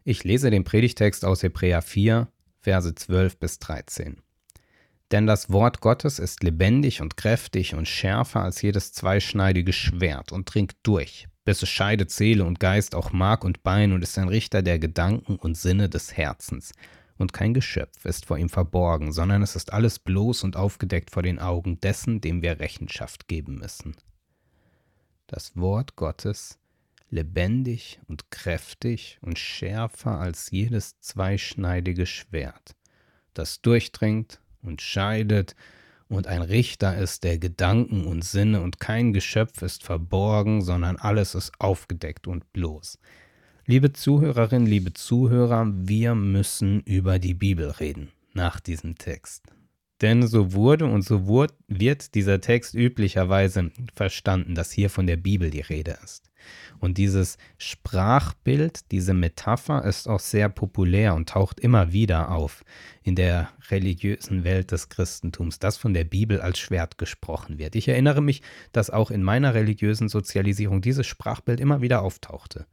Ich lese den Predigtext aus Hebräer 4, Verse 12 bis 13. Denn das Wort Gottes ist lebendig und kräftig und schärfer als jedes zweischneidige Schwert und dringt durch, bis es scheidet Seele und Geist, auch Mark und Bein, und ist ein Richter der Gedanken und Sinne des Herzens. Und kein Geschöpf ist vor ihm verborgen, sondern es ist alles bloß und aufgedeckt vor den Augen dessen, dem wir Rechenschaft geben müssen. Das Wort Gottes, lebendig und kräftig und schärfer als jedes zweischneidige Schwert, das durchdringt und scheidet und ein Richter ist der Gedanken und Sinne, und kein Geschöpf ist verborgen, sondern alles ist aufgedeckt und bloß. Liebe Zuhörerinnen, liebe Zuhörer, wir müssen über die Bibel reden nach diesem Text. Denn so wurde und so wird dieser Text üblicherweise verstanden, dass hier von der Bibel die Rede ist. Und dieses Sprachbild, diese Metapher ist auch sehr populär und taucht immer wieder auf in der religiösen Welt des Christentums, dass von der Bibel als Schwert gesprochen wird. Ich erinnere mich, dass auch in meiner religiösen Sozialisierung dieses Sprachbild immer wieder auftauchte.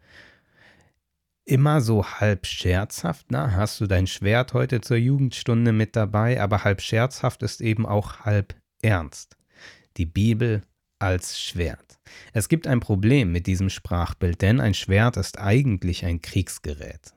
Immer so halb scherzhaft, na, hast du dein Schwert heute zur Jugendstunde mit dabei, aber halb scherzhaft ist eben auch halb ernst. Die Bibel als Schwert. Es gibt ein Problem mit diesem Sprachbild, denn ein Schwert ist eigentlich ein Kriegsgerät.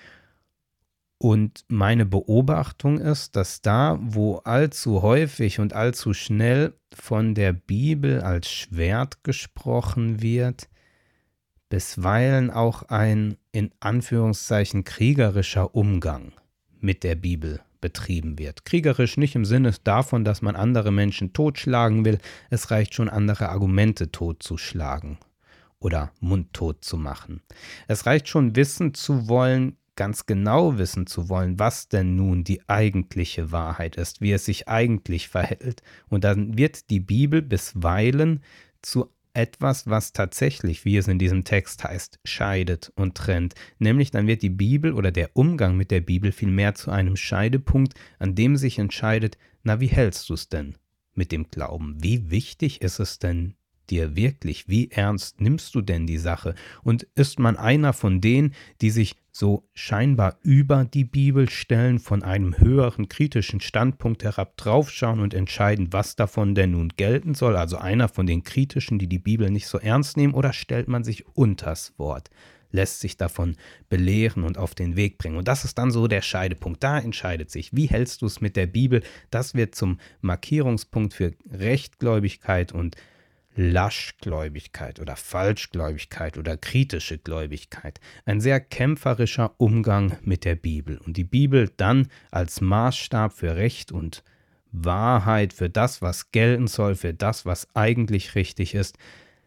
Und meine Beobachtung ist, dass da, wo allzu häufig und allzu schnell von der Bibel als Schwert gesprochen wird, bisweilen auch ein in Anführungszeichen kriegerischer Umgang mit der Bibel betrieben wird. Kriegerisch nicht im Sinne davon, dass man andere Menschen totschlagen will, es reicht schon, andere Argumente totzuschlagen oder mundtot zu machen. Es reicht schon wissen zu wollen, ganz genau wissen zu wollen, was denn nun die eigentliche Wahrheit ist, wie es sich eigentlich verhält. Und dann wird die Bibel bisweilen zu etwas, was tatsächlich, wie es in diesem Text heißt, scheidet und trennt. Nämlich dann wird die Bibel oder der Umgang mit der Bibel vielmehr zu einem Scheidepunkt, an dem sich entscheidet, na, wie hältst du es denn mit dem Glauben? Wie wichtig ist es denn dir wirklich? Wie ernst nimmst du denn die Sache? Und ist man einer von denen, die sich so scheinbar über die Bibel stellen, von einem höheren kritischen Standpunkt herab draufschauen und entscheiden, was davon denn nun gelten soll? Also einer von den Kritischen, die die Bibel nicht so ernst nehmen, oder stellt man sich unters Wort, lässt sich davon belehren und auf den Weg bringen? Und das ist dann so der Scheidepunkt. Da entscheidet sich, wie hältst du es mit der Bibel? Das wird zum Markierungspunkt für Rechtgläubigkeit und Laschgläubigkeit oder Falschgläubigkeit oder kritische Gläubigkeit. Ein sehr kämpferischer Umgang mit der Bibel. Und die Bibel dann als Maßstab für Recht und Wahrheit, für das, was gelten soll, für das, was eigentlich richtig ist,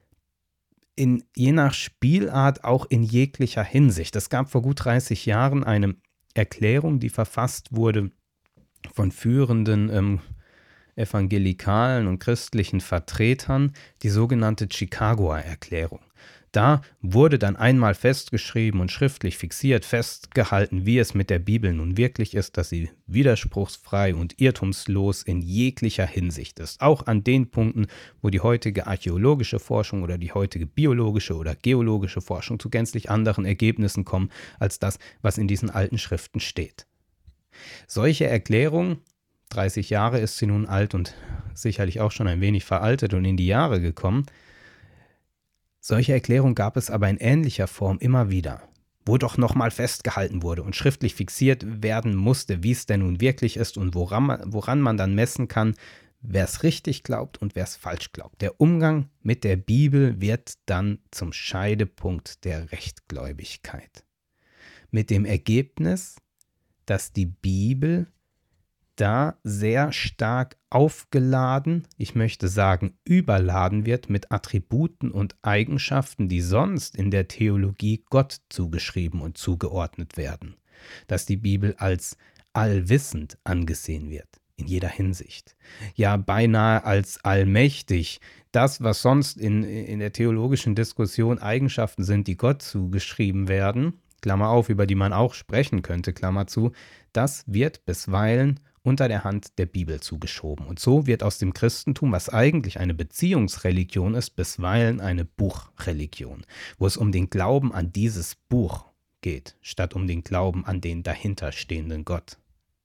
je nach Spielart auch in jeglicher Hinsicht. Es gab vor gut 30 Jahren eine Erklärung, die verfasst wurde von führenden evangelikalen und christlichen Vertretern, die sogenannte Chicagoer Erklärung. Da wurde dann einmal festgeschrieben und schriftlich fixiert, festgehalten, wie es mit der Bibel nun wirklich ist, dass sie widerspruchsfrei und irrtumslos in jeglicher Hinsicht ist. Auch an den Punkten, wo die heutige archäologische Forschung oder die heutige biologische oder geologische Forschung zu gänzlich anderen Ergebnissen kommen, als das, was in diesen alten Schriften steht. Solche Erklärungen, 30 Jahre ist sie nun alt und sicherlich auch schon ein wenig veraltet und in die Jahre gekommen. Solche Erklärungen gab es aber in ähnlicher Form immer wieder, wo doch nochmal festgehalten wurde und schriftlich fixiert werden musste, wie es denn nun wirklich ist und woran man dann messen kann, wer es richtig glaubt und wer es falsch glaubt. Der Umgang mit der Bibel wird dann zum Scheidepunkt der Rechtgläubigkeit. Mit dem Ergebnis, dass die Bibel da sehr stark aufgeladen, ich möchte sagen überladen wird mit Attributen und Eigenschaften, die sonst in der Theologie Gott zugeschrieben und zugeordnet werden. Dass die Bibel als allwissend angesehen wird, in jeder Hinsicht. Ja, beinahe als allmächtig. Das, was sonst in der theologischen Diskussion Eigenschaften sind, die Gott zugeschrieben werden, Klammer auf, über die man auch sprechen könnte, Klammer zu, das wird bisweilen unter der Hand der Bibel zugeschoben. Und so wird aus dem Christentum, was eigentlich eine Beziehungsreligion ist, bisweilen eine Buchreligion, wo es um den Glauben an dieses Buch geht, statt um den Glauben an den dahinterstehenden Gott.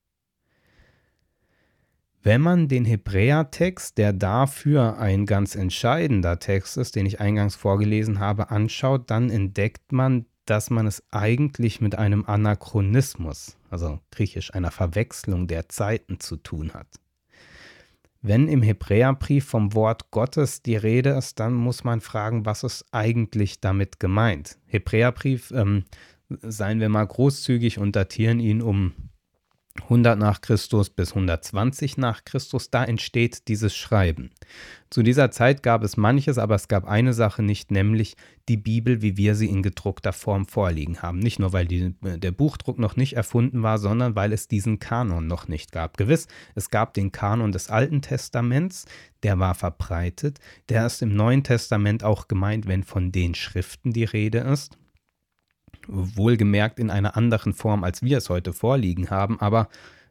Wenn man den Hebräertext, der dafür ein ganz entscheidender Text ist, den ich eingangs vorgelesen habe, anschaut, dann entdeckt man, dass man es eigentlich mit einem Anachronismus, also griechisch einer Verwechslung der Zeiten zu tun hat. Wenn im Hebräerbrief vom Wort Gottes die Rede ist, dann muss man fragen, was ist eigentlich damit gemeint? Hebräerbrief, seien wir mal großzügig und datieren ihn um 100 nach Christus bis 120 nach Christus, da entsteht dieses Schreiben. Zu dieser Zeit gab es manches, aber es gab eine Sache nicht, nämlich die Bibel, wie wir sie in gedruckter Form vorliegen haben. Nicht nur, weil der Buchdruck noch nicht erfunden war, sondern weil es diesen Kanon noch nicht gab. Gewiss, es gab den Kanon des Alten Testaments, der war verbreitet. Der ist im Neuen Testament auch gemeint, wenn von den Schriften die Rede ist. Wohlgemerkt in einer anderen Form, als wir es heute vorliegen haben, aber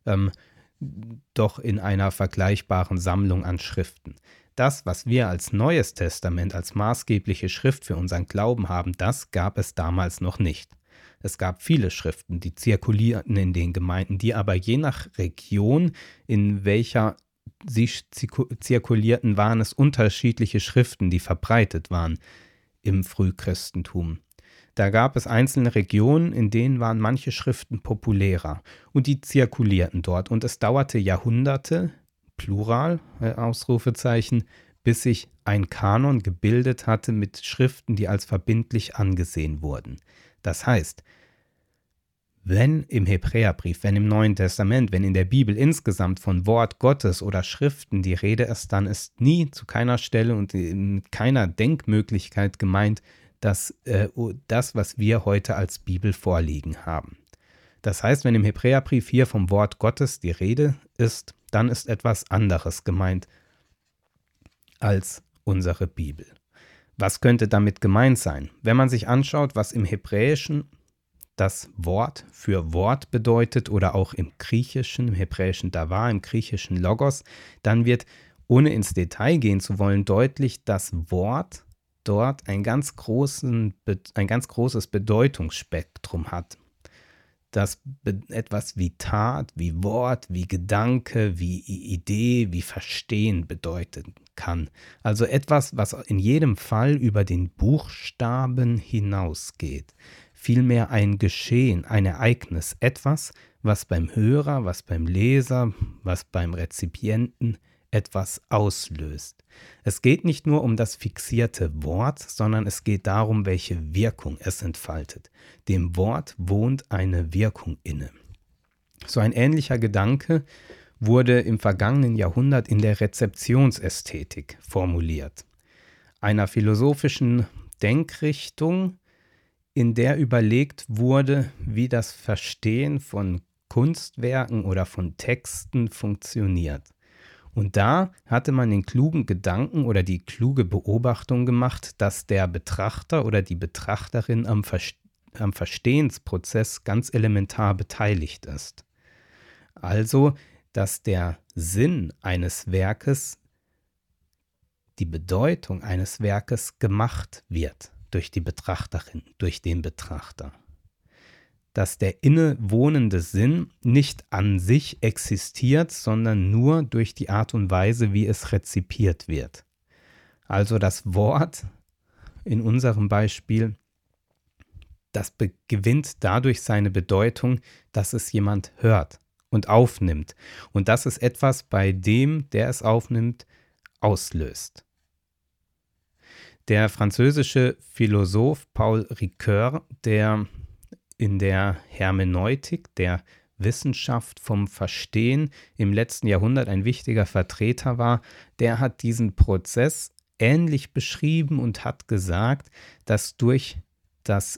doch in einer vergleichbaren Sammlung an Schriften. Das, was wir als Neues Testament, als maßgebliche Schrift für unseren Glauben haben, das gab es damals noch nicht. Es gab viele Schriften, die zirkulierten in den Gemeinden, die aber je nach Region, in welcher sie zirkulierten, waren es unterschiedliche Schriften, die verbreitet waren im Frühchristentum. Da gab es einzelne Regionen, in denen waren manche Schriften populärer und die zirkulierten dort. Und es dauerte Jahrhunderte, Plural, Ausrufezeichen, bis sich ein Kanon gebildet hatte mit Schriften, die als verbindlich angesehen wurden. Das heißt, wenn im Hebräerbrief, wenn im Neuen Testament, wenn in der Bibel insgesamt von Wort Gottes oder Schriften die Rede ist, dann ist nie zu keiner Stelle und mit keiner Denkmöglichkeit gemeint, das, was wir heute als Bibel vorliegen haben. Das heißt, wenn im Hebräerbrief hier vom Wort Gottes die Rede ist, dann ist etwas anderes gemeint als unsere Bibel. Was könnte damit gemeint sein? Wenn man sich anschaut, was im Hebräischen das Wort für Wort bedeutet oder auch im Griechischen, im Hebräischen Davar, im Griechischen Logos, dann wird, ohne ins Detail gehen zu wollen, deutlich, das Wort dort ein ganz großes Bedeutungsspektrum hat, das etwas wie Tat, wie Wort, wie Gedanke, wie Idee, wie Verstehen bedeuten kann. Also etwas, was in jedem Fall über den Buchstaben hinausgeht. Vielmehr ein Geschehen, ein Ereignis, etwas, was beim Hörer, was beim Leser, was beim Rezipienten etwas auslöst. Es geht nicht nur um das fixierte Wort, sondern es geht darum, welche Wirkung es entfaltet. Dem Wort wohnt eine Wirkung inne. So ein ähnlicher Gedanke wurde im vergangenen Jahrhundert in der Rezeptionsästhetik formuliert. Einer philosophischen Denkrichtung, in der überlegt wurde, wie das Verstehen von Kunstwerken oder von Texten funktioniert. Und da hatte man den klugen Gedanken oder die kluge Beobachtung gemacht, dass der Betrachter oder die Betrachterin am Verstehensprozess ganz elementar beteiligt ist. Also, dass der Sinn eines Werkes, die Bedeutung eines Werkes gemacht wird durch die Betrachterin, durch den Betrachter. Dass der innewohnende Sinn nicht an sich existiert, sondern nur durch die Art und Weise, wie es rezipiert wird. Also das Wort in unserem Beispiel, das gewinnt dadurch seine Bedeutung, dass es jemand hört und aufnimmt. Und das ist etwas, bei dem, der es aufnimmt, auslöst. Der französische Philosoph Paul Ricoeur, der in der Hermeneutik, der Wissenschaft vom Verstehen im letzten Jahrhundert ein wichtiger Vertreter war, der hat diesen Prozess ähnlich beschrieben und hat gesagt, dass durch das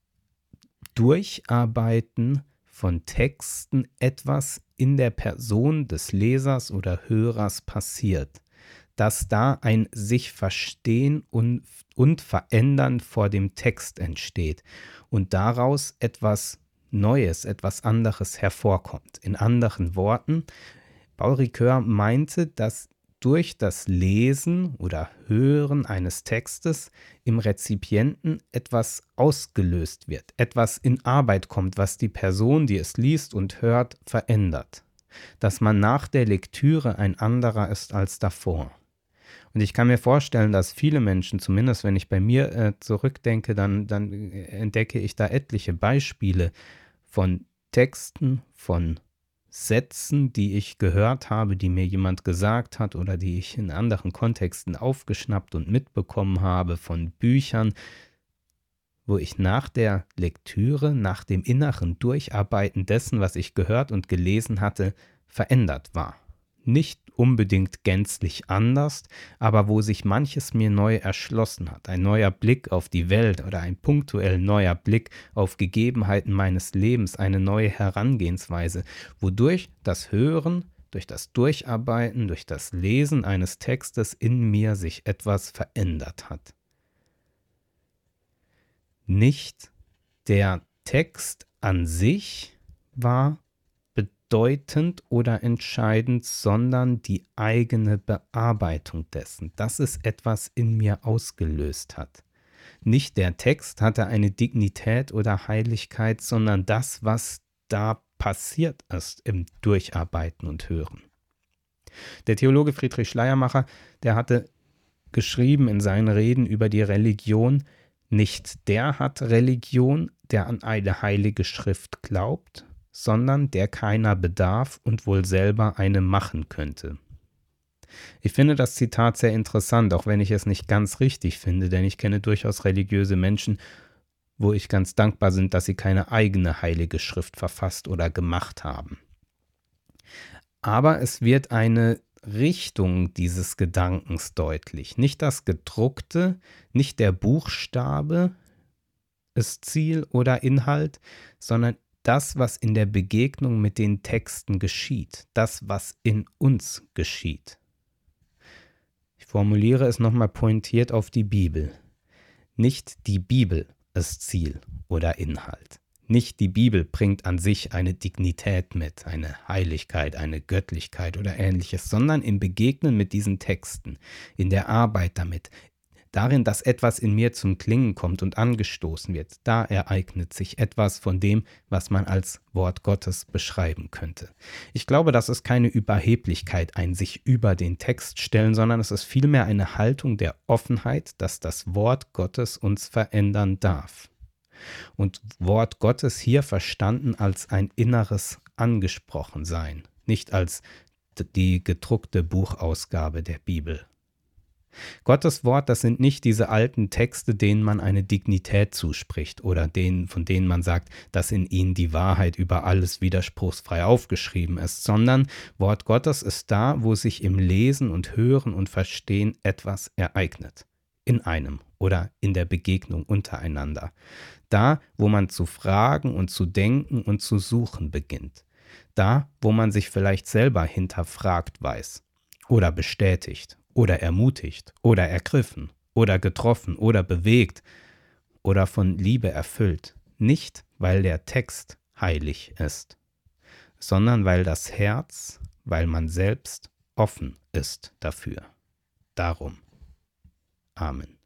Durcharbeiten von Texten etwas in der Person des Lesers oder Hörers passiert, dass da ein sich verstehen und verändern vor dem Text entsteht und daraus etwas Neues, etwas anderes hervorkommt. In anderen Worten, Paul Ricoeur meinte, dass durch das Lesen oder Hören eines Textes im Rezipienten etwas ausgelöst wird, etwas in Arbeit kommt, was die Person, die es liest und hört, verändert. Dass man nach der Lektüre ein anderer ist als davor. Und ich kann mir vorstellen, dass viele Menschen, zumindest wenn ich bei mir zurückdenke, dann entdecke ich da etliche Beispiele von Texten, von Sätzen, die ich gehört habe, die mir jemand gesagt hat oder die ich in anderen Kontexten aufgeschnappt und mitbekommen habe, von Büchern, wo ich nach der Lektüre, nach dem inneren Durcharbeiten dessen, was ich gehört und gelesen hatte, verändert war. Nicht unbedingt gänzlich anders, aber wo sich manches mir neu erschlossen hat. Ein neuer Blick auf die Welt oder ein punktuell neuer Blick auf Gegebenheiten meines Lebens, eine neue Herangehensweise, wodurch das Hören, durch das Durcharbeiten, durch das Lesen eines Textes in mir sich etwas verändert hat. Nicht der Text an sich war bedeutend oder entscheidend, sondern die eigene Bearbeitung dessen, dass es etwas in mir ausgelöst hat. Nicht der Text hatte eine Dignität oder Heiligkeit, sondern das, was da passiert ist im Durcharbeiten und Hören. Der Theologe Friedrich Schleiermacher, der hatte geschrieben in seinen Reden über die Religion: Nicht der hat Religion, der an eine heilige Schrift glaubt, sondern der keiner bedarf und wohl selber eine machen könnte. Ich finde das Zitat sehr interessant, auch wenn ich es nicht ganz richtig finde, denn ich kenne durchaus religiöse Menschen, wo ich ganz dankbar bin, dass sie keine eigene heilige Schrift verfasst oder gemacht haben. Aber es wird eine Richtung dieses Gedankens deutlich. Nicht das Gedruckte, nicht der Buchstabe ist Ziel oder Inhalt, sondern das, was in der Begegnung mit den Texten geschieht, das, was in uns geschieht. Ich formuliere es nochmal pointiert auf die Bibel. Nicht die Bibel ist Ziel oder Inhalt. Nicht die Bibel bringt an sich eine Dignität mit, eine Heiligkeit, eine Göttlichkeit oder Ähnliches, sondern im Begegnen mit diesen Texten, in der Arbeit damit, darin, dass etwas in mir zum Klingen kommt und angestoßen wird, da ereignet sich etwas von dem, was man als Wort Gottes beschreiben könnte. Ich glaube, das ist keine Überheblichkeit, ein sich über den Text stellen, sondern es ist vielmehr eine Haltung der Offenheit, dass das Wort Gottes uns verändern darf. Und Wort Gottes hier verstanden als ein inneres Angesprochensein, nicht als die gedruckte Buchausgabe der Bibel. Gottes Wort, das sind nicht diese alten Texte, denen man eine Dignität zuspricht oder von denen man sagt, dass in ihnen die Wahrheit über alles widerspruchsfrei aufgeschrieben ist, sondern Wort Gottes ist da, wo sich im Lesen und Hören und Verstehen etwas ereignet. In einem oder in der Begegnung untereinander. Da, wo man zu fragen und zu denken und zu suchen beginnt. Da, wo man sich vielleicht selber hinterfragt weiß oder bestätigt oder ermutigt oder ergriffen oder getroffen oder bewegt oder von Liebe erfüllt. Nicht, weil der Text heilig ist, sondern weil das Herz, weil man selbst offen ist dafür. Darum. Amen.